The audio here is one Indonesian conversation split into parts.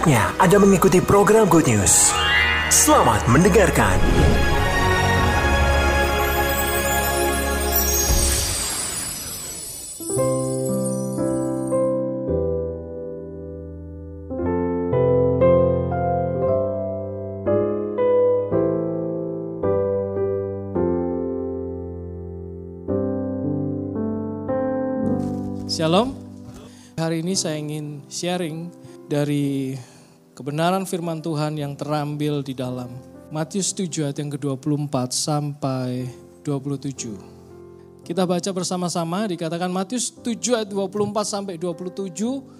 Saatnya Anda mengikuti program Good News. Selamat mendengarkan. Shalom. Hari ini saya ingin sharing dari kebenaran firman Tuhan yang terambil di dalam Matius 7 ayat yang ke-24 sampai 27. Kita baca bersama-sama, dikatakan Matius 7 ayat 24 sampai 27.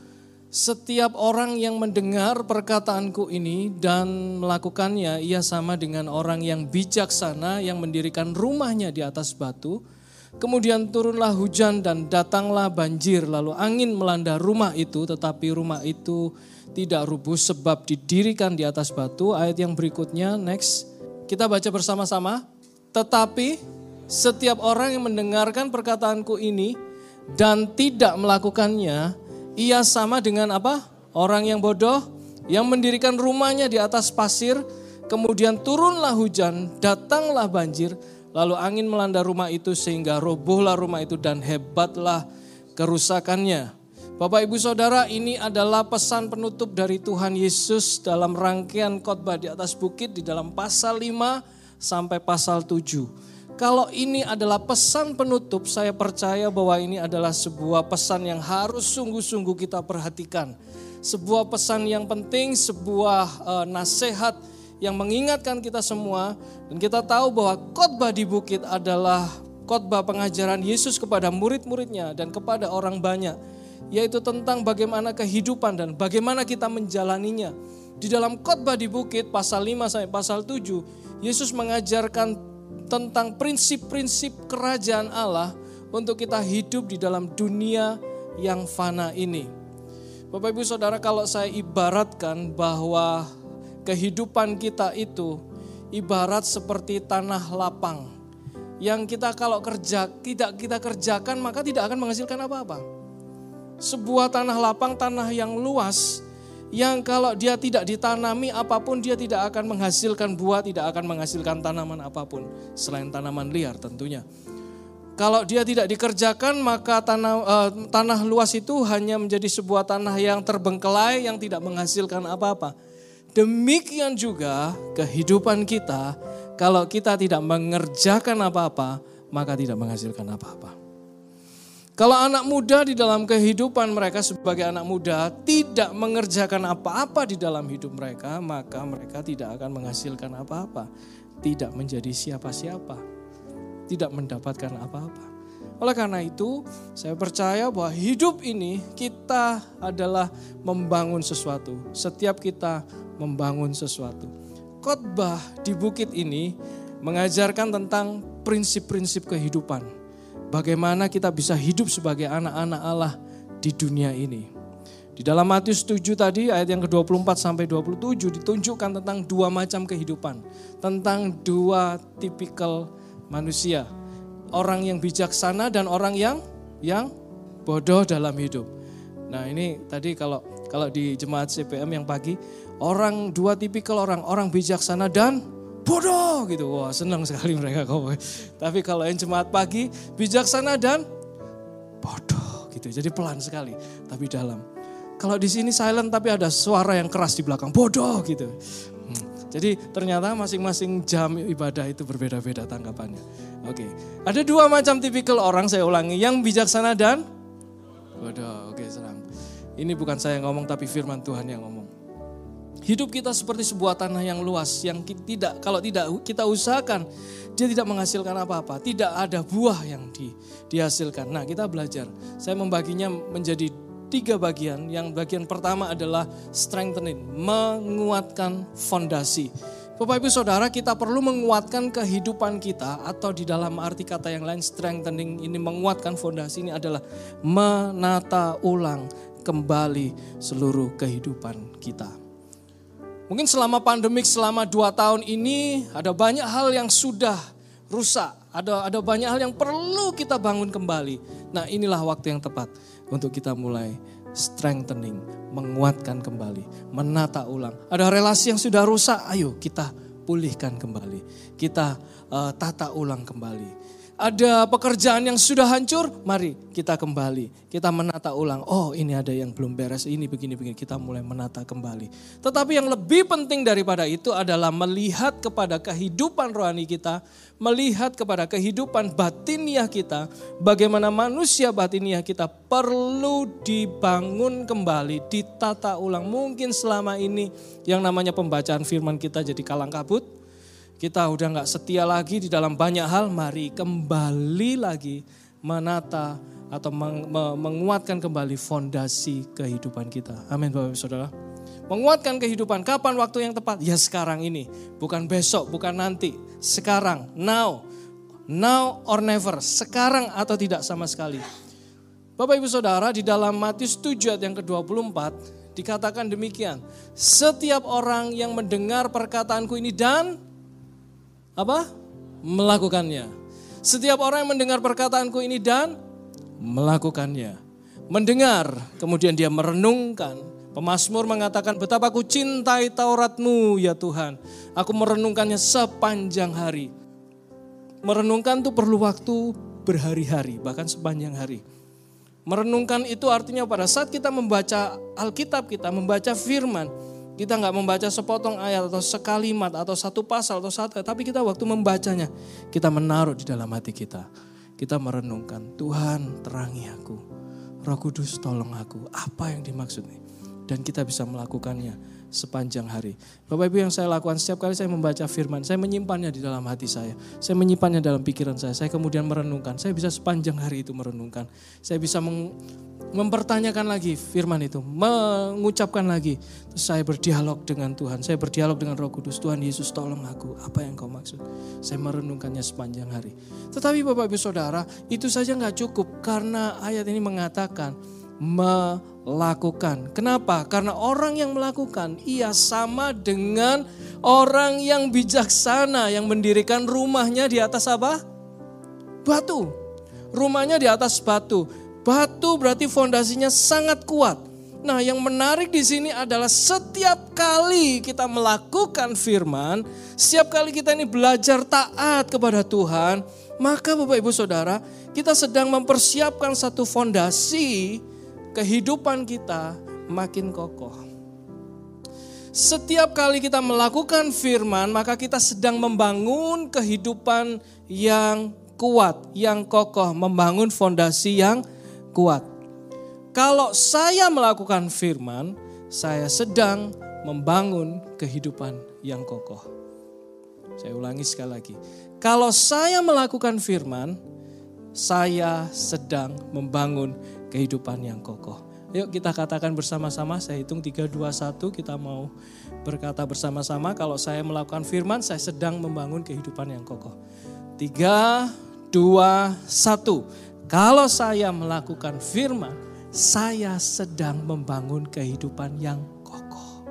Setiap orang yang mendengar perkataanku ini dan melakukannya, ia sama dengan orang yang bijaksana yang mendirikan rumahnya di atas batu. Kemudian turunlah hujan dan datanglah banjir, lalu angin melanda rumah itu, tetapi rumah itu tidak rubuh sebab didirikan di atas batu. Ayat yang berikutnya, next. Kita baca bersama-sama. Tetapi setiap orang yang mendengarkan perkataanku ini dan tidak melakukannya, ia sama dengan apa? Orang yang bodoh yang mendirikan rumahnya di atas pasir, kemudian turunlah hujan, datanglah banjir, lalu angin melanda rumah itu sehingga robohlah rumah itu dan hebatlah kerusakannya. Bapak Ibu Saudara, ini adalah pesan penutup dari Tuhan Yesus dalam rangkaian khotbah di atas bukit di dalam pasal 5 sampai pasal 7. Kalau ini adalah pesan penutup, saya percaya bahwa ini adalah sebuah pesan yang harus sungguh-sungguh kita perhatikan. Sebuah pesan yang penting, sebuah nasihat yang mengingatkan kita semua, dan kita tahu bahwa khotbah di bukit adalah khotbah pengajaran Yesus kepada murid-muridnya dan kepada orang banyak, yaitu tentang bagaimana kehidupan dan bagaimana kita menjalaninya. Di dalam khotbah di bukit pasal 5 sampai pasal 7, Yesus mengajarkan tentang prinsip-prinsip kerajaan Allah untuk kita hidup di dalam dunia yang fana ini. Bapak Ibu Saudara, kalau saya ibaratkan bahwa kehidupan kita itu ibarat seperti tanah lapang yang kita kalau tidak kita kerjakan maka tidak akan menghasilkan apa-apa. Sebuah tanah lapang, tanah yang luas yang kalau dia tidak ditanami apapun dia tidak akan menghasilkan buah, tidak akan menghasilkan tanaman apapun selain tanaman liar tentunya. Kalau dia tidak dikerjakan maka tanah luas itu hanya menjadi sebuah tanah yang terbengkelai yang tidak menghasilkan apa-apa. Demikian juga kehidupan kita, kalau kita tidak mengerjakan apa-apa, maka tidak menghasilkan apa-apa. Kalau anak muda di dalam kehidupan mereka sebagai anak muda tidak mengerjakan apa-apa di dalam hidup mereka, maka mereka tidak akan menghasilkan apa-apa. Tidak menjadi siapa-siapa, tidak mendapatkan apa-apa. Oleh karena itu, saya percaya bahwa hidup ini kita adalah membangun sesuatu. Setiap kita membangun sesuatu. Khotbah di bukit ini mengajarkan tentang prinsip-prinsip kehidupan. Bagaimana kita bisa hidup sebagai anak-anak Allah di dunia ini. Di dalam Matius 7 tadi ayat yang ke-24 sampai 27 ditunjukkan tentang dua macam kehidupan. Tentang dua tipikal manusia. Orang yang bijaksana dan orang yang bodoh dalam hidup. Nah ini tadi kalau di jemaat CPM yang pagi, dua tipikal orang bijaksana dan bodoh gitu. Wah senang sekali mereka. Tapi kalau yang jemaat pagi, bijaksana dan bodoh gitu. Jadi pelan sekali tapi dalam. Kalau di sini silent tapi ada suara yang keras di belakang, bodoh gitu. Jadi ternyata masing-masing jam ibadah itu berbeda-beda tanggapannya. Oke. Ada dua macam tipikal orang, saya ulangi, yang bijaksana dan bodoh. Oke, senang. Ini bukan saya yang ngomong tapi firman Tuhan yang ngomong. Hidup kita seperti sebuah tanah yang luas yang kalau tidak kita usahakan dia tidak menghasilkan apa-apa, tidak ada buah yang dihasilkan. Nah, kita belajar. Saya membaginya menjadi 3 bagian. Yang bagian pertama adalah strengthening, menguatkan fondasi. Bapak Ibu Saudara, kita perlu menguatkan kehidupan kita, atau di dalam arti kata yang lain strengthening ini menguatkan fondasi ini adalah menata ulang kembali seluruh kehidupan kita. Mungkin selama pandemik selama 2 tahun ini ada banyak hal yang sudah rusak, ada banyak hal yang perlu kita bangun kembali. Nah, inilah waktu yang tepat untuk kita mulai strengthening, menguatkan kembali, menata ulang. Ada relasi yang sudah rusak, ayo kita pulihkan kembali. Kita tata ulang kembali. Ada pekerjaan yang sudah hancur, mari kita kembali. Kita menata ulang, oh ini ada yang belum beres, ini begini-begini. Kita mulai menata kembali. Tetapi yang lebih penting daripada itu adalah melihat kepada kehidupan rohani kita, melihat kepada kehidupan batiniah kita, bagaimana manusia batiniah kita perlu dibangun kembali, ditata ulang. Mungkin selama ini yang namanya pembacaan firman kita jadi kalang kabut. Kita udah gak setia lagi di dalam banyak hal, mari kembali lagi menata atau menguatkan kembali fondasi kehidupan kita. Amin Bapak Ibu Saudara. Menguatkan kehidupan, kapan waktu yang tepat? Ya sekarang ini, bukan besok, bukan nanti. Sekarang, now or never, sekarang atau tidak sama sekali. Bapak Ibu Saudara, di dalam Matius 7 ayat yang ke-24 dikatakan demikian. Setiap orang yang mendengar perkataanku ini dan melakukannya. Setiap orang yang mendengar perkataanku ini dan melakukannya. Mendengar, kemudian dia merenungkan. Pemazmur mengatakan, betapa aku cintai Tauratmu ya Tuhan. Aku merenungkannya sepanjang hari. Merenungkan itu perlu waktu berhari-hari, bahkan sepanjang hari. Merenungkan itu artinya pada saat kita membaca Alkitab kita, membaca firman, kita gak membaca sepotong ayat atau sekalimat atau satu pasal atau satu, tapi kita waktu membacanya, kita menaruh di dalam hati kita. Kita merenungkan, Tuhan terangi aku, Roh Kudus tolong aku, apa yang dimaksud nih? Dan kita bisa melakukannya sepanjang hari. Bapak Ibu, yang saya lakukan setiap kali saya membaca firman, saya menyimpannya di dalam hati saya menyimpannya dalam pikiran saya kemudian merenungkan, saya bisa sepanjang hari itu merenungkan. Saya bisa mempertanyakan lagi firman itu, mengucapkan lagi. Terus saya berdialog dengan Tuhan, saya berdialog dengan Roh Kudus. Tuhan Yesus tolong aku, apa yang kau maksud? Saya merenungkannya sepanjang hari. Tetapi Bapak Ibu Saudara, itu saja gak cukup, karena ayat ini mengatakan melakukan. Kenapa? Karena orang yang melakukan, ia sama dengan orang yang bijaksana yang mendirikan rumahnya di atas apa? Batu. Rumahnya di atas batu. Batu berarti fondasinya sangat kuat. Nah, yang menarik di sini adalah setiap kali kita melakukan firman, setiap kali kita ini belajar taat kepada Tuhan, maka Bapak Ibu Saudara, kita sedang mempersiapkan satu fondasi kehidupan kita makin kokoh. Setiap kali kita melakukan firman, maka kita sedang membangun kehidupan yang kuat, yang kokoh, membangun fondasi yang kuat. Kalau saya melakukan firman, saya sedang membangun kehidupan yang kokoh. Saya ulangi sekali lagi. Kalau saya melakukan firman, saya sedang membangun kehidupan yang kokoh. Yuk kita katakan bersama-sama, saya hitung 3, 2, 1, kita mau berkata bersama-sama, kalau saya melakukan firman, saya sedang membangun kehidupan yang kokoh. 3, 2, 1. Kalau saya melakukan firman, saya sedang membangun kehidupan yang kokoh.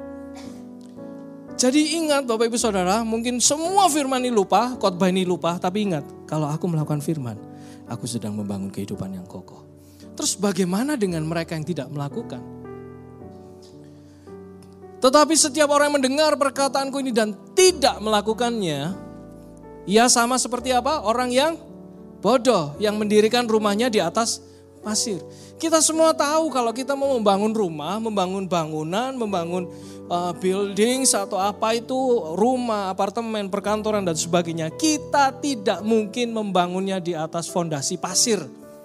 Jadi ingat Bapak Ibu Saudara, mungkin semua firman ini lupa, khotbah ini lupa, tapi ingat, kalau aku melakukan firman, aku sedang membangun kehidupan yang kokoh. Terus bagaimana dengan mereka yang tidak melakukan? Tetapi setiap orang yang mendengar perkataanku ini dan tidak melakukannya, ia sama seperti apa? Orang yang bodoh, yang mendirikan rumahnya di atas pasir. Kita semua tahu kalau kita mau membangun rumah, membangun bangunan, membangun building atau apa itu, rumah, apartemen, perkantoran dan sebagainya. Kita tidak mungkin membangunnya di atas fondasi pasir.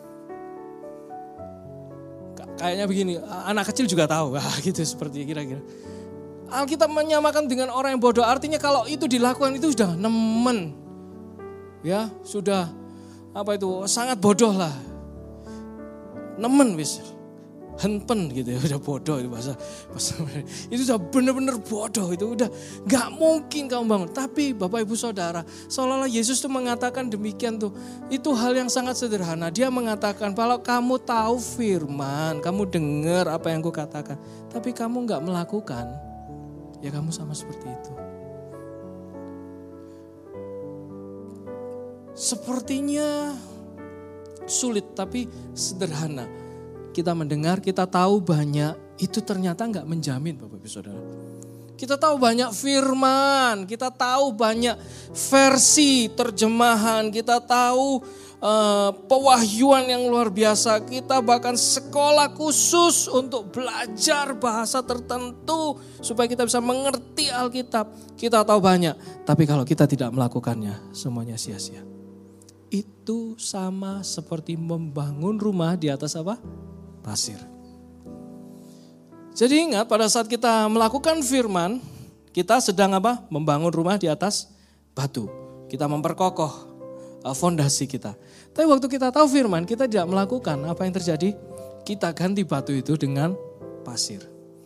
Kayaknya begini, anak kecil juga tahu, gitu seperti kira-kira. Alkitab menyamakan dengan orang yang bodoh, artinya kalau itu dilakukan itu sudah nemen. Ya, sudah sangat bodoh lah. Nemen wis. Henpen gitu ya, udah bodoh itu bahasa itu udah benar-benar bodoh, itu udah gak mungkin kamu bangun. Tapi Bapak Ibu Saudara, seolah-olah Yesus tuh mengatakan demikian tuh, itu hal yang sangat sederhana. Dia mengatakan kalau kamu tahu firman, kamu dengar apa yang aku katakan, tapi kamu gak melakukan, ya kamu sama seperti itu. Sepertinya sulit tapi sederhana. kita mendengar, kita tahu banyak, itu ternyata enggak menjamin Bapak Ibu Saudara. Kita tahu banyak firman, kita tahu banyak versi terjemahan, kita tahu pewahyuan yang luar biasa. Kita bahkan sekolah khusus untuk belajar bahasa tertentu supaya kita bisa mengerti Alkitab. Kita tahu banyak, tapi kalau kita tidak melakukannya, semuanya sia-sia. Itu sama seperti membangun rumah di atas apa? Pasir. Jadi ingat, pada saat kita melakukan firman, kita sedang apa? Membangun rumah di atas batu. Kita memperkokoh fondasi kita. Tapi waktu kita tahu firman, kita tidak melakukan, apa yang terjadi? Kita ganti batu itu dengan pasir.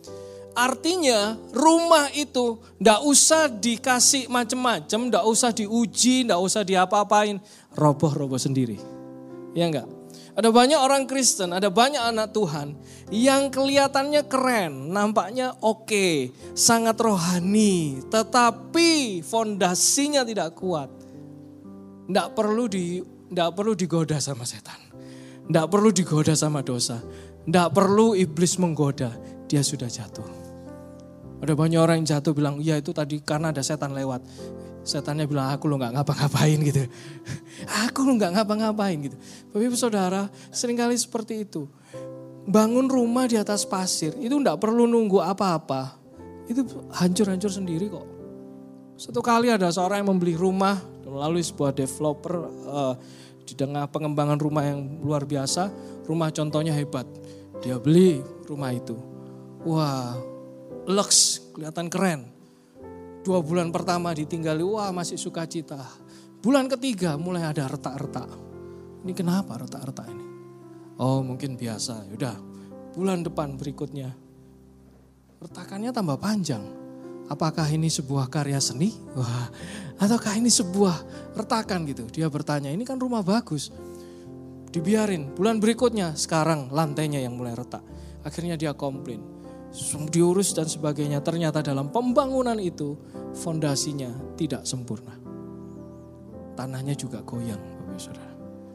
Artinya rumah itu tidak usah dikasih macam-macam, tidak usah diuji, tidak usah diapa-apain. Roboh-roboh sendiri. Ya enggak? Ada banyak orang Kristen, ada banyak anak Tuhan yang kelihatannya keren, nampaknya oke, sangat rohani, tetapi fondasinya tidak kuat. Tidak perlu digoda sama setan. Tidak perlu digoda sama dosa. Tidak perlu iblis menggoda. Dia sudah jatuh. Ada banyak orang yang jatuh bilang, ya itu tadi karena ada setan lewat. Setannya bilang, aku lo gak ngapa-ngapain gitu. Aku lo gak ngapa-ngapain gitu. Bapak Ibu Saudara, seringkali seperti itu. Bangun rumah di atas pasir, itu tidak perlu nunggu apa-apa. Itu hancur-hancur sendiri kok. Satu kali ada seorang yang membeli rumah melalui sebuah developer di tengah pengembangan rumah yang luar biasa. Rumah contohnya hebat. Dia beli rumah itu. Wah, lux, kelihatan keren. 2 bulan pertama ditinggali, wah masih sukacita. Bulan ketiga mulai ada retak-retak. Ini kenapa retak-retak ini? Oh mungkin biasa, yaudah. Bulan depan berikutnya, retakannya tambah panjang. Apakah ini sebuah karya seni? Wah, ataukah ini sebuah retakan gitu? Dia bertanya, ini kan rumah bagus. Dibiarin, bulan berikutnya sekarang lantainya yang mulai retak. Akhirnya dia komplain, diurus dan sebagainya. Ternyata dalam pembangunan itu fondasinya tidak sempurna. Tanahnya juga goyang, Bapak Ibu Saudara.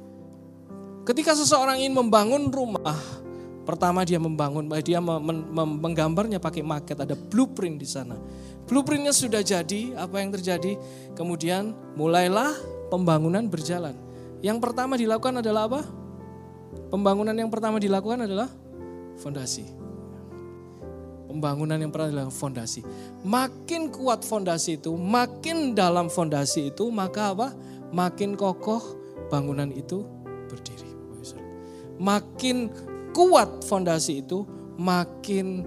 Ketika seseorang ingin membangun rumah, pertama dia menggambarnya pakai maket, ada blueprint di sana. Blueprintnya sudah jadi, apa yang terjadi? Kemudian mulailah pembangunan berjalan. Yang pertama dilakukan adalah apa? Pembangunan yang pertama dilakukan adalah fondasi. Pembangunan yang pertama adalah fondasi. Makin kuat fondasi itu, makin dalam fondasi itu, maka apa? Makin kokoh bangunan itu berdiri. Makin kuat fondasi itu, makin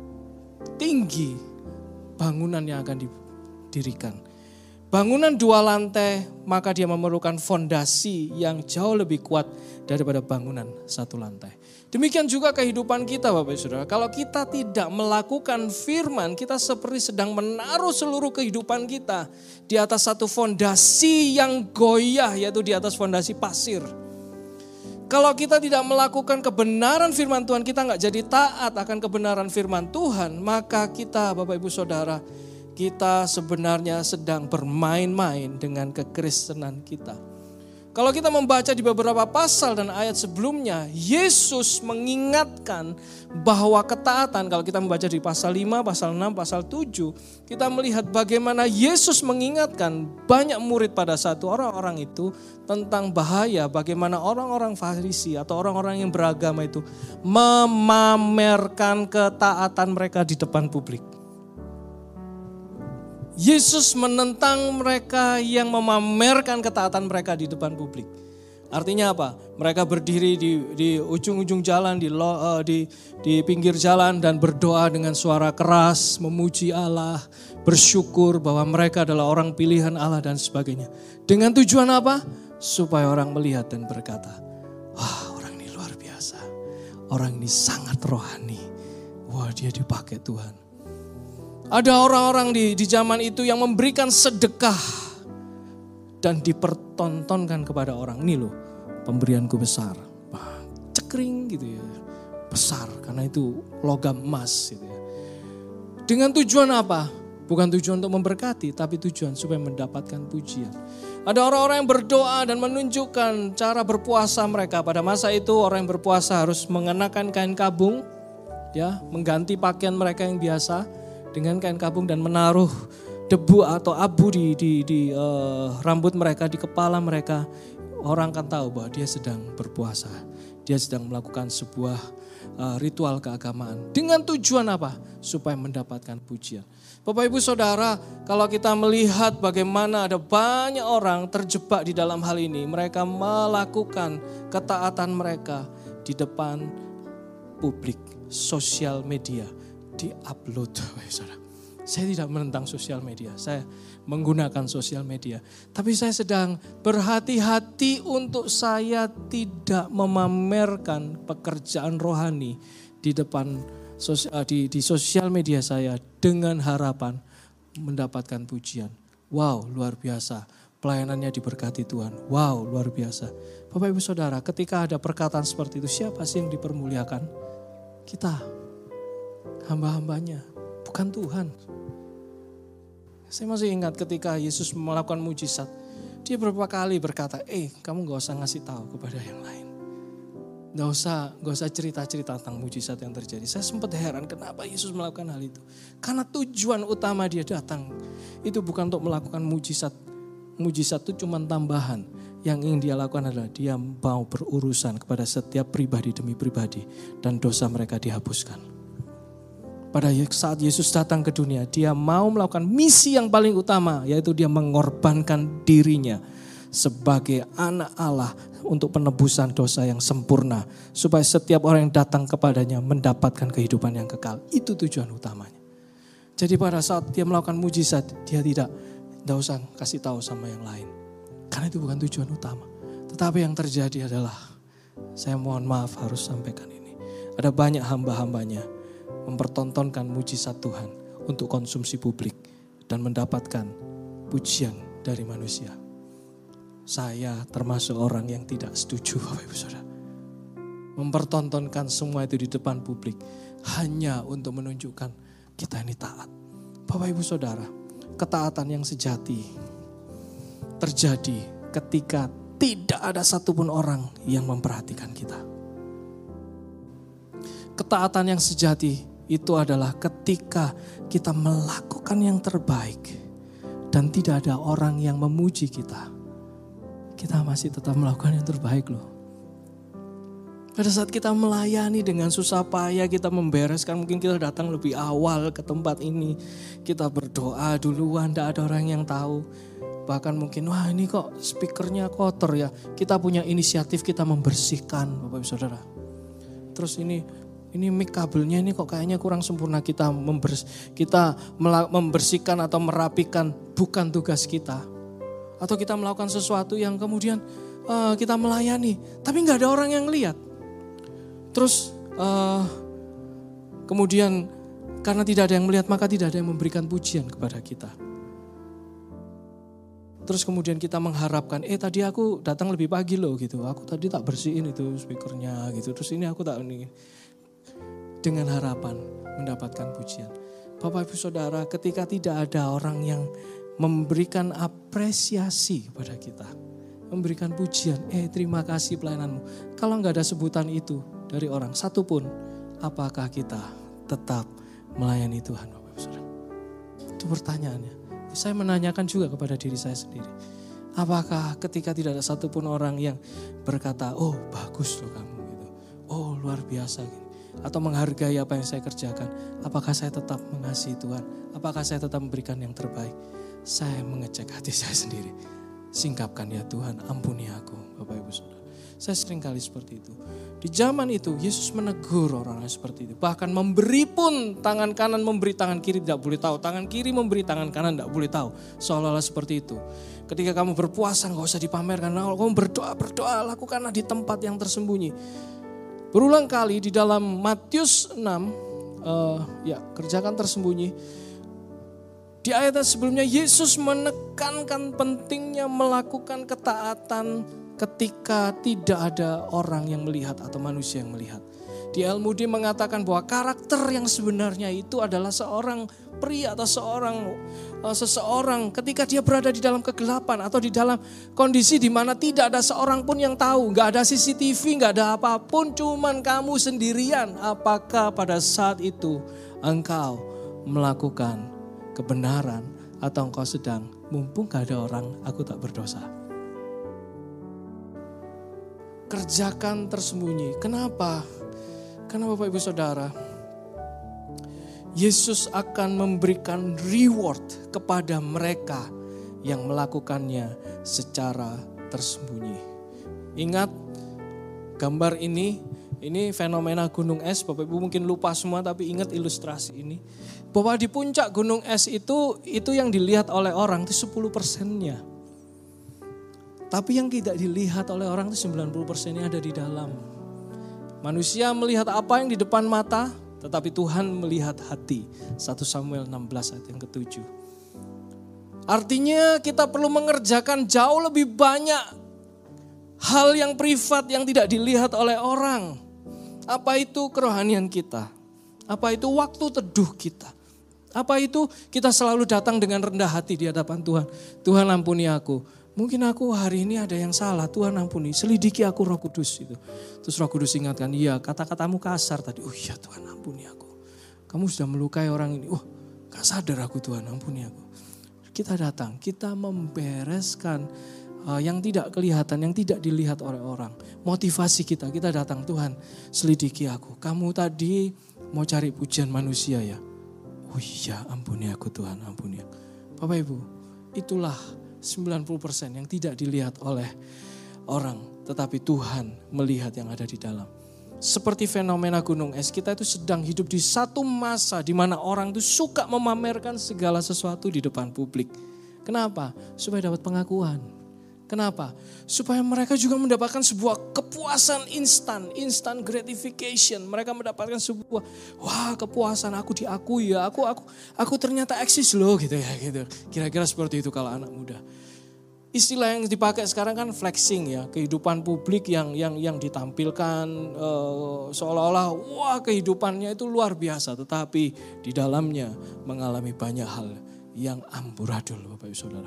tinggi bangunan yang akan didirikan. Bangunan 2 lantai, maka dia memerlukan fondasi yang jauh lebih kuat daripada bangunan 1 lantai. Demikian juga kehidupan kita Bapak Ibu Saudara. Kalau kita tidak melakukan firman, kita seperti sedang menaruh seluruh kehidupan kita di atas satu fondasi yang goyah, yaitu di atas fondasi pasir. Kalau kita tidak melakukan kebenaran firman Tuhan, kita nggak jadi taat akan kebenaran firman Tuhan, maka kita Bapak Ibu Saudara, kita sebenarnya sedang bermain-main dengan kekristenan kita. Kalau kita membaca di beberapa pasal dan ayat sebelumnya, Yesus mengingatkan bahwa ketaatan, kalau kita membaca di pasal 5, pasal 6, pasal 7, kita melihat bagaimana Yesus mengingatkan banyak murid pada satu orang-orang itu tentang bahaya bagaimana orang-orang Farisi atau orang-orang yang beragama itu memamerkan ketaatan mereka di depan publik. Yesus menentang mereka yang memamerkan ketaatan mereka di depan publik. Artinya apa? Mereka berdiri di ujung-ujung jalan, di pinggir jalan dan berdoa dengan suara keras, memuji Allah, bersyukur bahwa mereka adalah orang pilihan Allah dan sebagainya. Dengan tujuan apa? Supaya orang melihat dan berkata, wah orang ini luar biasa. Orang ini sangat rohani. Wah dia dipakai Tuhan. Ada orang-orang di zaman itu yang memberikan sedekah dan dipertontonkan kepada orang. Ini loh pemberianku besar. Cekring gitu ya. Besar karena itu logam emas gitu ya. Dengan tujuan apa? Bukan tujuan untuk memberkati, tapi tujuan supaya mendapatkan pujian. Ada orang-orang yang berdoa dan menunjukkan cara berpuasa mereka. Pada masa itu orang yang berpuasa harus mengenakan kain kabung, ya, mengganti pakaian mereka yang biasa dengan kain kabung dan menaruh debu atau abu di rambut mereka, di kepala mereka. Orang akan tahu bahwa dia sedang berpuasa. Dia sedang melakukan sebuah ritual keagamaan. Dengan tujuan apa? Supaya mendapatkan pujian. Bapak Ibu Saudara, kalau kita melihat bagaimana ada banyak orang terjebak di dalam hal ini. Mereka melakukan ketaatan mereka di depan publik, sosial media, di-upload. Saya tidak menentang sosial media, saya menggunakan sosial media. Tapi saya sedang berhati-hati untuk saya tidak memamerkan pekerjaan rohani di depan di sosial media saya dengan harapan mendapatkan pujian. Wow, luar biasa. Pelayanannya diberkati Tuhan. Wow, luar biasa. Bapak Ibu Saudara, ketika ada perkataan seperti itu, siapa sih yang dipermuliakan? Kita, hamba-hambanya, bukan Tuhan. Saya masih ingat ketika Yesus melakukan mujizat, dia beberapa kali berkata, kamu gak usah ngasih tahu kepada yang lain. Gak usah cerita-cerita tentang mujizat yang terjadi. Saya sempat heran kenapa Yesus melakukan hal itu. Karena tujuan utama dia datang itu bukan untuk melakukan mujizat. Mujizat itu cuma tambahan. Yang ingin dia lakukan adalah dia mau berurusan kepada setiap pribadi demi pribadi. Dan dosa mereka dihapuskan. Pada saat Yesus datang ke dunia, dia mau melakukan misi yang paling utama. Yaitu dia mengorbankan dirinya sebagai anak Allah untuk penebusan dosa yang sempurna. Supaya setiap orang yang datang kepadanya mendapatkan kehidupan yang kekal. Itu tujuan utamanya. Jadi pada saat dia melakukan mujizat, dia tidak usah kasih tahu sama yang lain. Karena itu bukan tujuan utama. Tetapi yang terjadi adalah, saya mohon maaf harus sampaikan ini. Ada banyak hamba-hambanya mempertontonkan mujizat Tuhan untuk konsumsi publik dan mendapatkan pujian dari manusia. Saya termasuk orang yang tidak setuju, Bapak Ibu Saudara. Mempertontonkan semua itu di depan publik hanya untuk menunjukkan kita ini taat. Bapak Ibu Saudara, ketaatan yang sejati terjadi ketika tidak ada satupun orang yang memperhatikan kita. Ketaatan yang sejati itu adalah ketika kita melakukan yang terbaik dan tidak ada orang yang memuji kita. Kita masih tetap melakukan yang terbaik loh. Pada saat kita melayani dengan susah payah, kita membereskan, mungkin kita datang lebih awal ke tempat ini. Kita berdoa duluan, tidak ada orang yang tahu. Bahkan mungkin, wah ini kok speakernya kotor ya. Kita punya inisiatif, kita membersihkan Bapak Ibu Saudara. Terus ini mic kabelnya ini kok kayaknya kurang sempurna. Kita membersihkan atau merapikan, bukan tugas kita. Atau kita melakukan sesuatu yang kemudian kita melayani, tapi gak ada orang yang lihat. Terus kemudian karena tidak ada yang melihat, maka tidak ada yang memberikan pujian kepada kita. Terus kemudian kita mengharapkan, tadi aku datang lebih pagi loh gitu. Aku tadi tak bersihin itu speakernya gitu. Terus ini aku tak ini. Dengan harapan mendapatkan pujian. Bapak Ibu Saudara, ketika tidak ada orang yang memberikan apresiasi kepada kita. Memberikan pujian, terima kasih pelayananmu. Kalau gak ada sebutan itu dari orang satupun, apakah kita tetap melayani Tuhan Bapak Ibu Saudara? Itu pertanyaannya. Saya menanyakan juga kepada diri saya sendiri. Apakah ketika tidak ada satupun orang yang berkata, oh bagus loh kamu gitu. Oh luar biasa gitu. Atau menghargai apa yang saya kerjakan. Apakah saya tetap mengasihi Tuhan? Apakah saya tetap memberikan yang terbaik? Saya mengecek hati saya sendiri. Singkapkan ya Tuhan, ampuni aku Bapak Ibu Saudara. Saya sering kali seperti itu. Di zaman itu Yesus menegur orang-orang seperti itu. Bahkan memberi pun, tangan kanan memberi, tangan kiri tidak boleh tahu. Tangan kiri memberi, tangan kanan tidak boleh tahu. Seolah-olah seperti itu. Ketika kamu berpuasa gak usah dipamerkan. Kalau kamu berdoa, lakukanlah di tempat yang tersembunyi. Berulang kali di dalam Matius 6, kerjakan tersembunyi. Di ayat sebelumnya Yesus menekankan pentingnya melakukan ketaatan ketika tidak ada orang yang melihat atau manusia yang melihat. D.L. Moody mengatakan bahwa karakter yang sebenarnya itu adalah seorang pria atau seseorang ketika dia berada di dalam kegelapan atau di dalam kondisi di mana tidak ada seorang pun yang tahu, nggak ada CCTV, nggak ada apapun, cuman kamu sendirian. Apakah pada saat itu engkau melakukan kebenaran atau engkau sedang mumpung gak ada orang, aku tak berdosa? Kerjakan tersembunyi. Kenapa? Karena Bapak Ibu Saudara, Yesus akan memberikan reward kepada mereka yang melakukannya secara tersembunyi. Ingat gambar ini fenomena gunung es. Bapak Ibu mungkin lupa semua, tapi ingat ilustrasi ini. Bahwa di puncak gunung es itu yang dilihat oleh orang itu 10%-nya. Tapi yang tidak dilihat oleh orang itu 90%-nya ada di dalam. Manusia melihat apa yang di depan mata, tetapi Tuhan melihat hati. 1 Samuel 16 ayat yang ke-7. Artinya kita perlu mengerjakan jauh lebih banyak hal yang privat yang tidak dilihat oleh orang. Apa itu kerohanian kita? Apa itu waktu teduh kita? Apa itu kita selalu datang dengan rendah hati di hadapan Tuhan. Tuhan ampuni aku. Mungkin aku hari ini ada yang salah, Tuhan ampuni. Selidiki aku Roh Kudus itu. Terus Roh Kudus ingatkan, iya kata-katamu kasar tadi. Oh iya Tuhan ampuni aku. Kamu sudah melukai orang ini. Oh gak sadar aku, Tuhan ampuni aku. Kita datang, kita membereskan yang tidak kelihatan, yang tidak dilihat oleh orang. Motivasi kita datang, Tuhan selidiki aku. Kamu tadi mau cari pujian manusia ya? Oh iya ampuni aku Tuhan, ampuni aku. Bapak Ibu, itulah 90% yang tidak dilihat oleh orang. Tetapi Tuhan melihat yang ada di dalam. Seperti fenomena gunung es, kita itu sedang hidup di satu masa di mana orang itu suka memamerkan segala sesuatu di depan publik. Kenapa? Supaya dapat pengakuan. Kenapa? Supaya mereka juga mendapatkan sebuah kepuasan instant gratification. Mereka mendapatkan sebuah kepuasan, aku diakui ya, aku ternyata eksis loh gitu ya gitu. Kira-kira seperti itu kalau anak muda. Istilah yang dipakai sekarang kan flexing ya, kehidupan publik yang ditampilkan seolah-olah kehidupannya itu luar biasa, tetapi di dalamnya mengalami banyak hal yang amburadul, Bapak Ibu Saudara.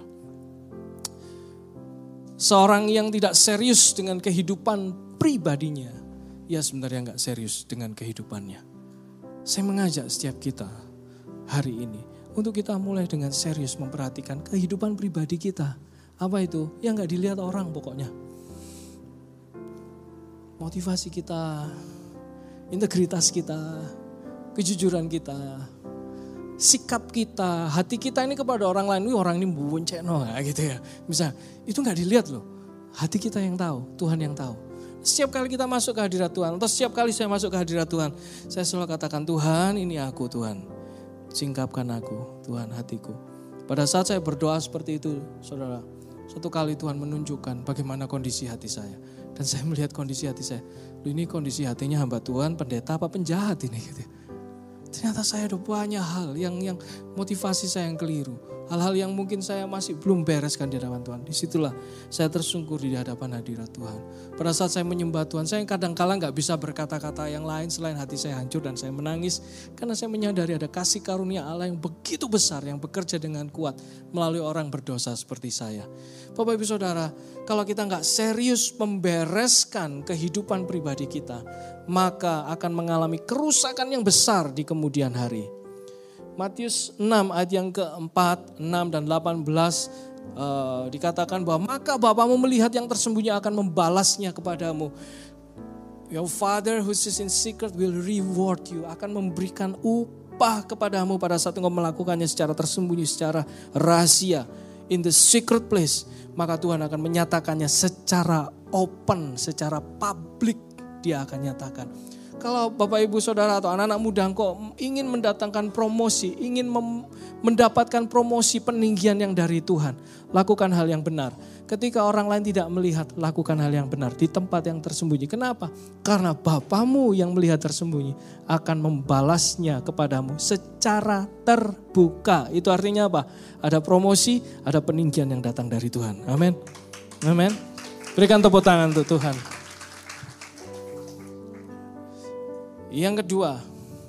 Seorang yang tidak serius dengan kehidupan pribadinya, ya sebenarnya enggak serius dengan kehidupannya. Saya mengajak setiap kita hari ini untuk kita mulai dengan serius memperhatikan kehidupan pribadi kita. Apa itu? Yang enggak dilihat orang pokoknya. Motivasi kita, integritas kita, kejujuran kita, sikap kita, hati kita ini kepada orang lain. Orang ini bonceno gitu ya. Misal, itu gak dilihat loh. Hati kita yang tahu, Tuhan yang tahu. Setiap kali kita masuk ke hadirat Tuhan, atau setiap kali saya masuk ke hadirat Tuhan, saya selalu katakan, Tuhan ini aku Tuhan. Singkapkan aku, Tuhan hatiku. Pada saat saya berdoa seperti itu, saudara, satu kali Tuhan menunjukkan bagaimana kondisi hati saya. Dan saya melihat kondisi hati saya. Ini kondisi hatinya hamba Tuhan, pendeta apa penjahat ini gitu. Ternyata saya ada banyak hal yang motivasi saya yang keliru. Hal-hal yang mungkin saya masih belum bereskan di hadapan Tuhan. Disitulah saya tersungkur di hadapan hadirat Tuhan. Pada saat saya menyembah Tuhan, saya kadang-kala gak bisa berkata-kata yang lain selain hati saya hancur dan saya menangis. Karena saya menyadari ada kasih karunia Allah yang begitu besar, yang bekerja dengan kuat melalui orang berdosa seperti saya. Bapak Ibu Saudara, kalau kita gak serius membereskan kehidupan pribadi kita, maka akan mengalami kerusakan yang besar di kemudian hari. Matius 6 ayat yang ke-4, 6 dan 18 dikatakan bahwa maka Bapamu melihat yang tersembunyi akan membalasnya kepadamu. Your Father who is in secret will reward you, akan memberikan upah kepadamu pada saat engkau melakukannya secara tersembunyi, secara rahasia. In the secret place, maka Tuhan akan menyatakannya secara open, secara publik dia akan nyatakan. Kalau Bapak Ibu Saudara atau anak-anak muda kok ingin mendatangkan promosi, ingin mendapatkan promosi peninggian yang dari Tuhan, lakukan hal yang benar. Ketika orang lain tidak melihat, lakukan hal yang benar di tempat yang tersembunyi. Kenapa? Karena Bapamu yang melihat tersembunyi akan membalasnya kepadamu secara terbuka. Itu artinya apa? Ada promosi, ada peninggian yang datang dari Tuhan. Amin. Amin. Berikan tepuk tangan untuk Tuhan. Yang kedua,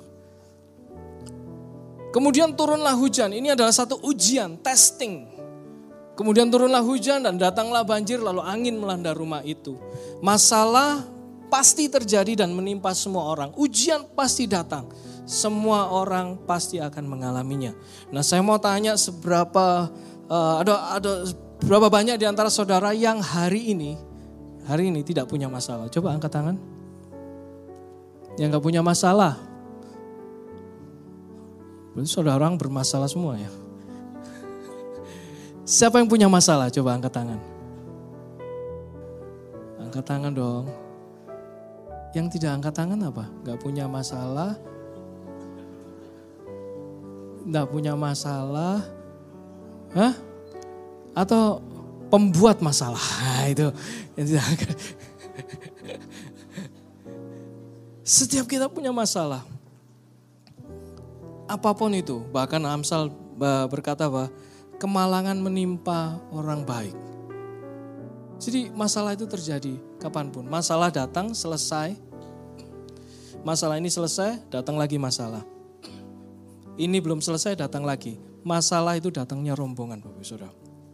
kemudian turunlah hujan. Ini adalah satu ujian, testing. Kemudian turunlah hujan dan datanglah banjir, lalu angin melanda rumah itu. Masalah pasti terjadi dan menimpa semua orang. Ujian pasti datang. Semua orang pasti akan mengalaminya. Nah, saya mau tanya ada berapa banyak di antara saudara yang hari ini tidak punya masalah? Coba angkat tangan. Yang gak punya masalah. Berarti saudara orang bermasalah semua ya. Siapa yang punya masalah? Coba angkat tangan. Angkat tangan dong. Yang tidak angkat tangan apa? Gak punya masalah. Gak punya masalah. Hah? Atau pembuat masalah. Nah, itu yang tidak angkat. Setiap kita punya masalah. Apapun itu. Bahkan Amsal berkata bahwa kemalangan menimpa orang baik. Jadi masalah itu terjadi kapanpun. Masalah datang, selesai. Masalah ini selesai, datang lagi masalah. Ini belum selesai, datang lagi. Masalah itu datangnya rombongan, Bapak Saudara.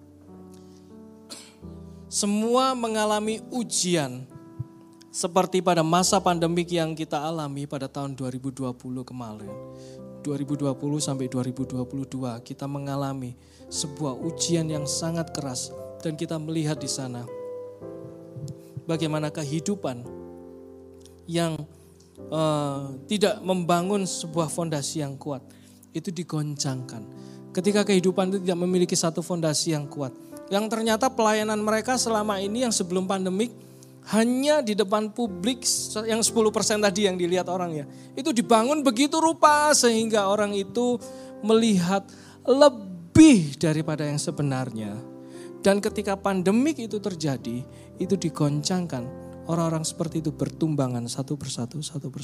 Semua mengalami ujian. Seperti pada masa pandemik yang kita alami pada tahun 2020 kemarin. 2020 sampai 2022 kita mengalami sebuah ujian yang sangat keras dan kita melihat di sana bagaimana kehidupan yang tidak membangun sebuah fondasi yang kuat itu digoncangkan. Ketika kehidupan itu tidak memiliki satu fondasi yang kuat, yang ternyata pelayanan mereka selama ini yang sebelum pandemik hanya di depan publik yang 10% tadi yang dilihat orang ya. Itu dibangun begitu rupa sehingga orang itu melihat lebih daripada yang sebenarnya. Dan ketika pandemik itu terjadi, itu digoncangkan. Orang-orang seperti itu bertumbangan satu persatu.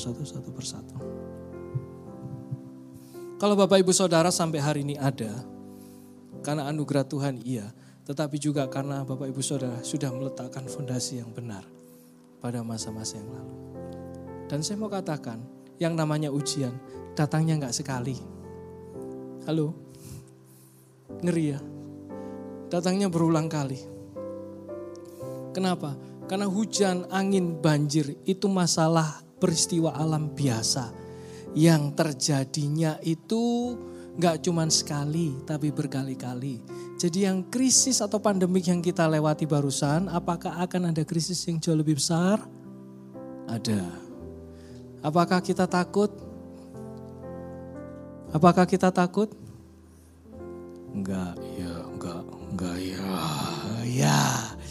Kalau Bapak Ibu Saudara sampai hari ini ada, karena anugerah Tuhan iya. Tetapi juga karena Bapak Ibu Saudara sudah meletakkan fondasi yang benar pada masa-masa yang lalu. Dan saya mau katakan, yang namanya ujian datangnya gak sekali. Halo? Ngeri ya? Datangnya berulang kali. Kenapa? Karena hujan, angin, banjir itu masalah peristiwa alam biasa. Yang terjadinya itu gak cuma sekali tapi berkali-kali. Jadi yang krisis atau pandemik yang kita lewati barusan, apakah akan ada krisis yang jauh lebih besar? Ada. Apakah kita takut? Apakah kita takut? Enggak ya.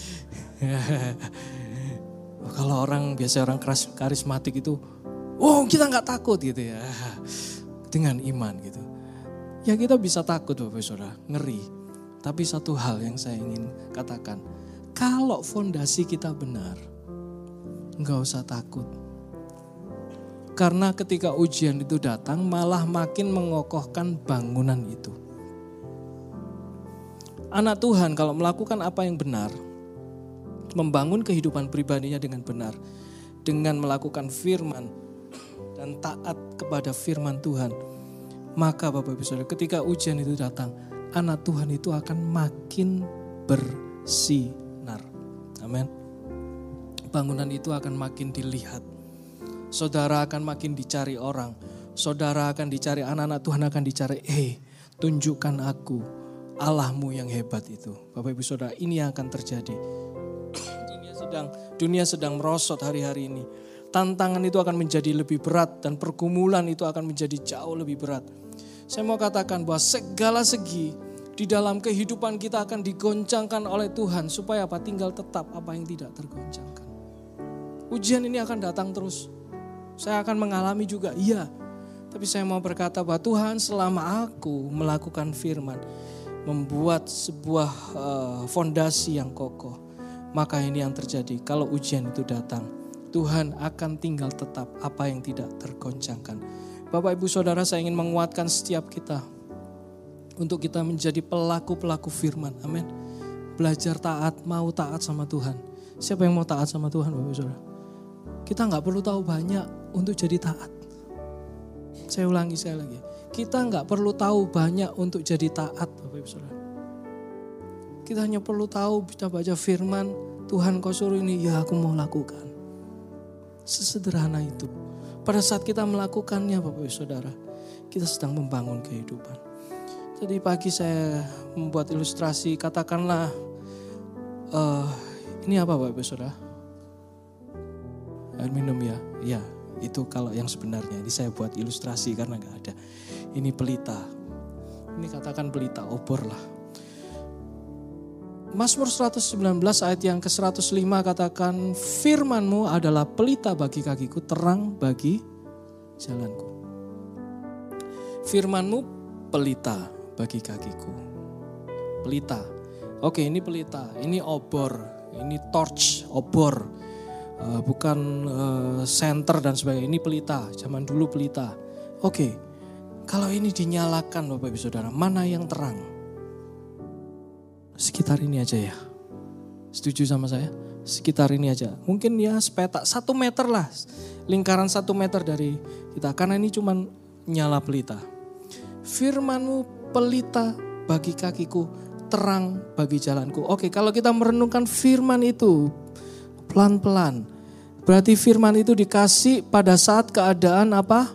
Kalau biasa orang karismatik itu, kita enggak takut gitu ya. Dengan iman gitu. Ya kita bisa takut Bapak Saudara, ngeri. Tapi satu hal yang saya ingin katakan, kalau fondasi kita benar, enggak usah takut. Karena ketika ujian itu datang, malah makin mengokohkan bangunan itu. Anak Tuhan kalau melakukan apa yang benar, membangun kehidupan pribadinya dengan benar, dengan melakukan firman dan taat kepada firman Tuhan, maka Bapak Ibu Saudara, ketika ujian itu datang, anak Tuhan itu akan makin bersinar. Amin. Bangunan itu akan makin dilihat. Saudara akan makin dicari orang. Saudara akan dicari, anak-anak Tuhan akan dicari. Tunjukkan aku Allahmu yang hebat itu. Bapak Ibu Saudara, ini yang akan terjadi. Dunia sedang merosot hari-hari ini. Tantangan itu akan menjadi lebih berat dan pergumulan itu akan menjadi jauh lebih berat. Saya mau katakan bahwa segala segi di dalam kehidupan kita akan digoncangkan oleh Tuhan supaya apa? Tinggal tetap apa yang tidak tergoncangkan. Ujian ini akan datang terus. Saya akan mengalami juga, iya. Tapi saya mau berkata bahwa Tuhan selama aku melakukan firman, membuat sebuah fondasi yang kokoh, maka ini yang terjadi. Kalau ujian itu datang, Tuhan akan tinggal tetap apa yang tidak tergoncangkan. Bapak Ibu Saudara, saya ingin menguatkan setiap kita untuk kita menjadi pelaku-pelaku firman. Amin. Belajar taat, mau taat sama Tuhan. Siapa yang mau taat sama Tuhan Bapak Ibu Saudara? Kita gak perlu tahu banyak untuk jadi taat. Saya ulangi sekali lagi. Kita nggak perlu tahu banyak untuk jadi taat, Bapak Ibu Saudara. Kita hanya perlu tahu, kita baca firman, Tuhan kau suruh ini, ya aku mau lakukan. Sesederhana itu. Pada saat kita melakukannya Bapak Ibu Saudara, kita sedang membangun kehidupan. Jadi pagi saya membuat ilustrasi, katakanlah, ini apa Bapak Ibu Saudara? Air minum ya? Ya, itu kalau yang sebenarnya. Ini saya buat ilustrasi karena gak ada. Ini pelita. Ini katakan pelita, obor lah. Mazmur 119 ayat yang ke-105 katakan, firman-Mu adalah pelita bagi kakiku, terang bagi jalanku. Firman-Mu pelita bagi kakiku. Pelita. Oke, ini pelita, ini obor, ini torch, obor. Bukan senter dan sebagainya, ini pelita, zaman dulu pelita. Oke, kalau ini dinyalakan Bapak Ibu Saudara, mana yang terang? Sekitar ini aja ya. Setuju sama saya? Sekitar ini aja. Mungkin ya sepetak 1 meter lah. Lingkaran 1 meter dari kita. Karena ini cuma nyala pelita. Firman-Mu pelita bagi kakiku, terang bagi jalanku. Oke, kalau kita merenungkan firman itu pelan-pelan. Berarti firman itu dikasih pada saat keadaan apa?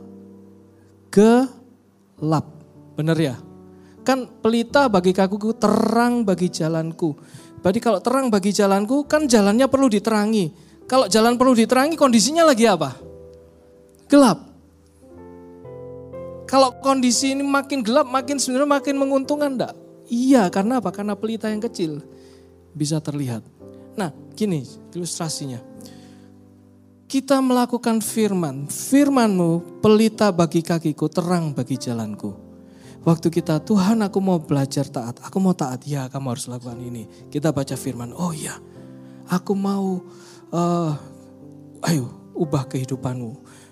Gelap. Benar ya? Kan pelita bagi kakiku, terang bagi jalanku. Berarti kalau terang bagi jalanku, kan jalannya perlu diterangi. Kalau jalan perlu diterangi, kondisinya lagi apa? Gelap. Kalau kondisi ini makin gelap, sebenarnya makin menguntungkan enggak? Iya, karena apa? Karena pelita yang kecil bisa terlihat. Nah, gini ilustrasinya. Kita melakukan firman. Firman-Mu pelita bagi kakiku, terang bagi jalanku. Waktu kita, Tuhan aku mau belajar taat, aku mau taat, ya kamu harus lakukan ini. Kita baca firman, oh ya aku mau, ayo ubah kehidupanmu.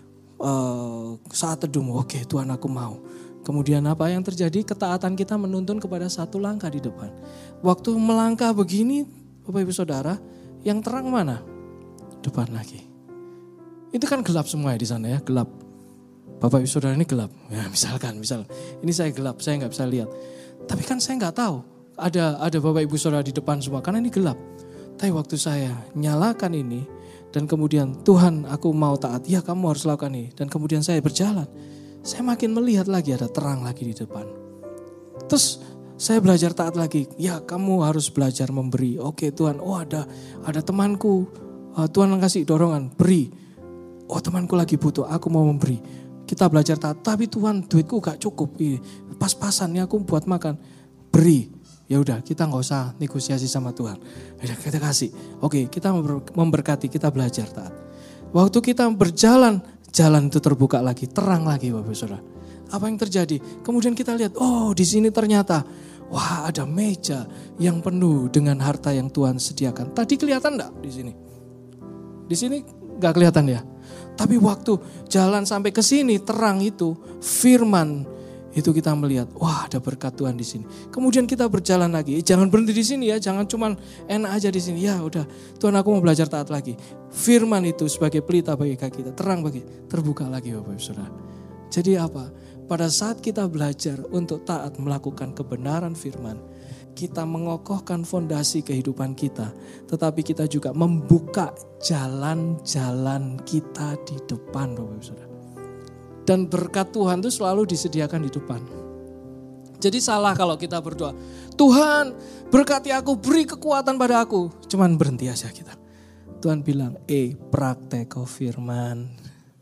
Saat teduhmu, oke Tuhan aku mau. Kemudian apa yang terjadi? Ketaatan kita menuntun kepada satu langkah di depan. Waktu melangkah begini, Bapak Ibu Saudara, yang terang mana? Depan lagi. Itu kan gelap semua ya di sana ya, gelap. Bapak Ibu Saudara ini gelap. Ya misal ini saya gelap, saya nggak bisa lihat. Tapi kan saya nggak tahu ada Bapak Ibu Saudara di depan semua karena ini gelap. Tapi waktu saya nyalakan ini dan kemudian Tuhan aku mau taat, ya kamu harus lakukan ini. Dan kemudian saya berjalan, saya makin melihat lagi ada terang lagi di depan. Terus saya belajar taat lagi, ya kamu harus belajar memberi. Oke Tuhan, oh ada temanku, Tuhan kasih dorongan, beri. Oh temanku lagi butuh, aku mau memberi. Kita belajar taat, tapi Tuhan duitku gak cukup, pas-pasan ya aku buat makan, beri. Ya udah kita gak usah negosiasi sama Tuhan. Ya kita kasih, oke kita memberkati, kita belajar taat. Waktu kita berjalan, jalan itu terbuka lagi, terang lagi Bapak Saudara. Apa yang terjadi? Kemudian kita lihat, oh di sini ternyata, wah ada meja yang penuh dengan harta yang Tuhan sediakan. Tadi kelihatan enggak di sini? Di sini gak kelihatan ya? Tapi waktu jalan sampai ke sini terang itu firman itu kita melihat wah ada berkat Tuhan di sini. Kemudian kita berjalan lagi. Jangan berhenti di sini ya, jangan cuman enak aja di sini. Ya udah, Tuhan aku mau belajar taat lagi. Firman itu sebagai pelita bagi kaki kita, terang bagi terbuka lagi Bapak Ibu Saudara. Jadi apa? Pada saat kita belajar untuk taat melakukan kebenaran firman, kita mengokohkan fondasi kehidupan kita, tetapi kita juga membuka jalan-jalan kita di depan Bapak Ibu Saudara. Dan berkat Tuhan itu selalu disediakan di depan. Jadi salah kalau kita berdoa, Tuhan berkati aku, beri kekuatan pada aku. Cuman berhenti aja kita. Tuhan bilang, prakteko firman,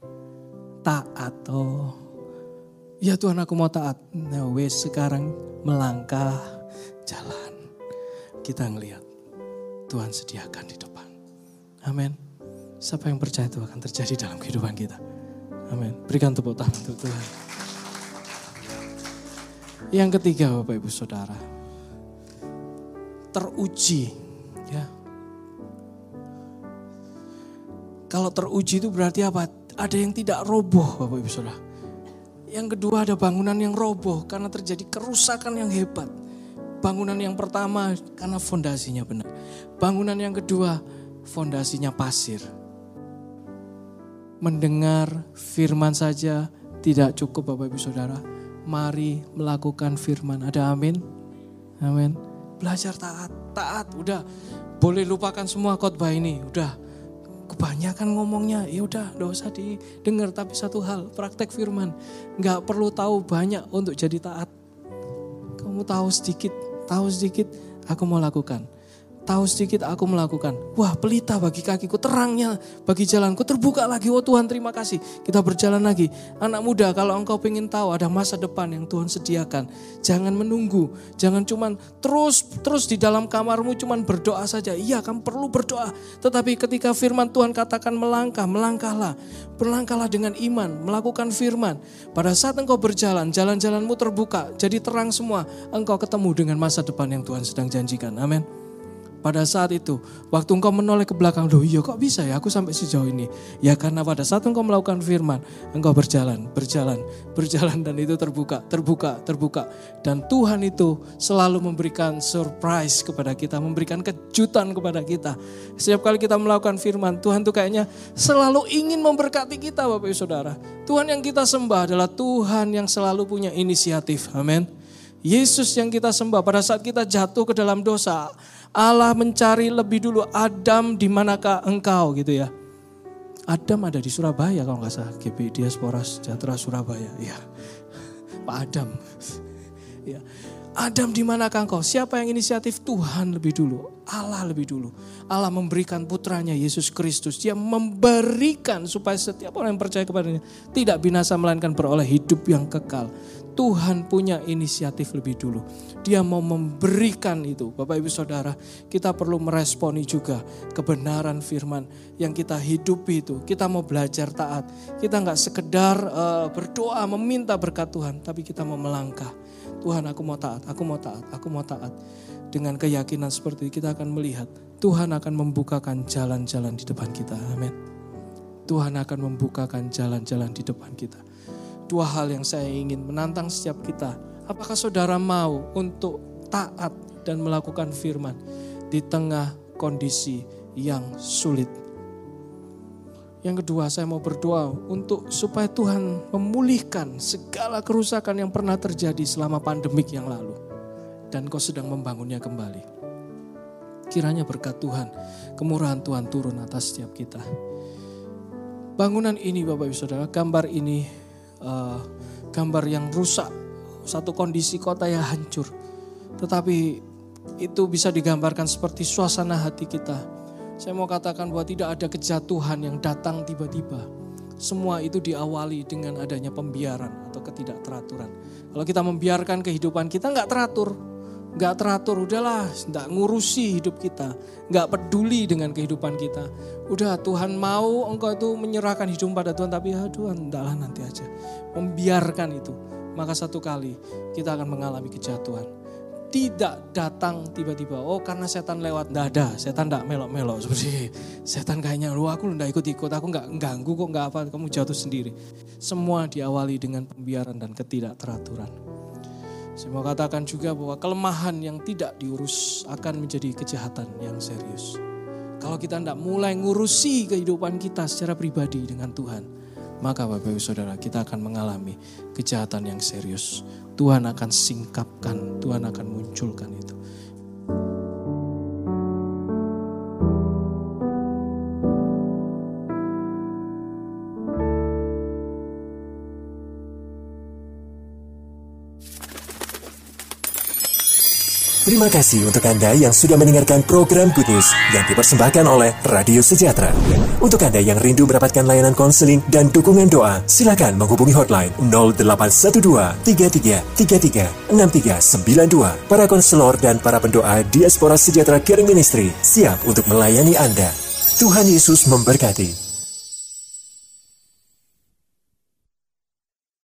taat oh. Ya Tuhan aku mau taat. Nah wes sekarang melangkah jalan. Kita ngelihat Tuhan sediakan di depan. Amin. Siapa yang percaya itu akan terjadi dalam kehidupan kita. Amin. Berikan tepuk tangan untuk Tuhan. Yang ketiga Bapak Ibu Saudara. Teruji. Ya. Kalau teruji itu berarti apa? Ada yang tidak roboh Bapak Ibu Saudara. Yang kedua ada bangunan yang roboh karena terjadi kerusakan yang hebat. Bangunan yang pertama karena fondasinya benar. Bangunan yang kedua fondasinya pasir. Mendengar firman saja Tidak cukup Bapak Ibu Saudara. Mari melakukan firman. Ada amin? Amin. Belajar taat. Udah, boleh lupakan semua khotbah ini. Udah, kebanyakan ngomongnya. Ya udah, enggak usah didengar. Tapi satu hal, praktek firman. Enggak perlu tahu banyak untuk jadi taat. Kamu tahu sedikit, aku mau lakukan. Tahu sedikit, aku melakukan. Wah, pelita bagi kakiku, terangnya bagi jalanku, terbuka lagi. Oh Tuhan, terima kasih. Kita berjalan lagi. Anak muda, kalau engkau ingin tahu ada masa depan yang Tuhan sediakan, jangan menunggu. Jangan cuman terus di dalam kamarmu cuman berdoa saja. Iya, kamu perlu berdoa. Tetapi ketika firman Tuhan katakan melangkahlah. Berlangkahlah dengan iman, melakukan firman. Pada saat engkau berjalan, jalan-jalanmu terbuka, jadi terang semua. Engkau ketemu dengan masa depan yang Tuhan sedang janjikan. Amin. Pada saat itu, waktu engkau menoleh ke belakang, loh iya kok bisa ya aku sampai sejauh ini? Ya karena pada saat engkau melakukan firman, engkau berjalan dan itu terbuka. Dan Tuhan itu selalu memberikan surprise kepada kita, memberikan kejutan kepada kita. Setiap kali kita melakukan firman, Tuhan tuh kayaknya selalu ingin memberkati kita Bapak Ibu Saudara. Tuhan yang kita sembah adalah Tuhan yang selalu punya inisiatif, amin. Yesus yang kita sembah pada saat kita jatuh ke dalam dosa, Allah mencari lebih dulu, Adam di manakah engkau gitu ya. Adam ada di Surabaya kalau nggak salah, GP Diaspora Sejahtera Surabaya. Ya, Pak Adam. Ya. Adam di manakah engkau? Siapa yang inisiatif? Tuhan lebih dulu, Allah lebih dulu. Allah memberikan putranya Yesus Kristus. Dia memberikan supaya setiap orang yang percaya kepadanya tidak binasa melainkan beroleh hidup yang kekal. Tuhan punya inisiatif lebih dulu. Dia mau memberikan itu. Bapak Ibu Saudara, kita perlu meresponi juga kebenaran firman yang kita hidupi itu. Kita mau belajar taat. Kita gak sekedar berdoa meminta berkat Tuhan, tapi kita mau melangkah. Tuhan, aku mau taat. Dengan keyakinan seperti itu kita akan melihat Tuhan akan membukakan jalan-jalan di depan kita. Amin. Tuhan akan membukakan jalan-jalan di depan kita. Dua hal yang saya ingin menantang setiap kita. Apakah saudara mau untuk taat dan melakukan firman di tengah kondisi yang sulit? Yang kedua, saya mau berdoa untuk supaya Tuhan memulihkan segala kerusakan yang pernah terjadi selama pandemik yang lalu. Dan kau sedang membangunnya kembali. Kiranya berkat Tuhan, kemurahan Tuhan turun atas setiap kita. Bangunan ini Bapak Ibu Saudara, gambar ini gambar yang rusak, satu kondisi kota yang hancur. Tetapi itu bisa digambarkan seperti suasana hati kita. Saya mau katakan bahwa tidak ada kejatuhan yang datang tiba-tiba. Semua itu diawali dengan adanya pembiaran atau ketidakteraturan. Kalau kita membiarkan kehidupan kita gak teratur, udahlah, gak ngurusi hidup kita, gak peduli dengan kehidupan kita. Udah, Tuhan mau engkau itu menyerahkan hidup pada Tuhan, tapi ya Tuhan, entahlah nanti aja. Membiarkan itu, maka satu kali kita akan mengalami kejatuhan. Tidak datang tiba-tiba, oh karena setan lewat, enggak ada, setan enggak melok-melok. Seperti setan kayaknya, lu aku enggak ikut-ikut, aku enggak ganggu kok, enggak apa, kamu jatuh sendiri. Semua diawali dengan pembiaran dan ketidakteraturan. Saya mau katakan juga bahwa kelemahan yang tidak diurus akan menjadi kejahatan yang serius. Kalau kita tidak mulai ngurusi kehidupan kita secara pribadi dengan Tuhan, maka Bapak Ibu Saudara, kita akan mengalami kejahatan yang serius. Tuhan akan singkapkan, Tuhan akan munculkan itu. Terima kasih untuk Anda yang sudah mendengarkan program Good News yang dipersembahkan oleh Radio Sejahtera. Untuk Anda yang rindu mendapatkan layanan konseling dan dukungan doa, silakan menghubungi hotline 0812 33 33 6392. Para konselor dan para pendoa Diaspora Sejahtera Caring Ministry siap untuk melayani Anda. Tuhan Yesus memberkati.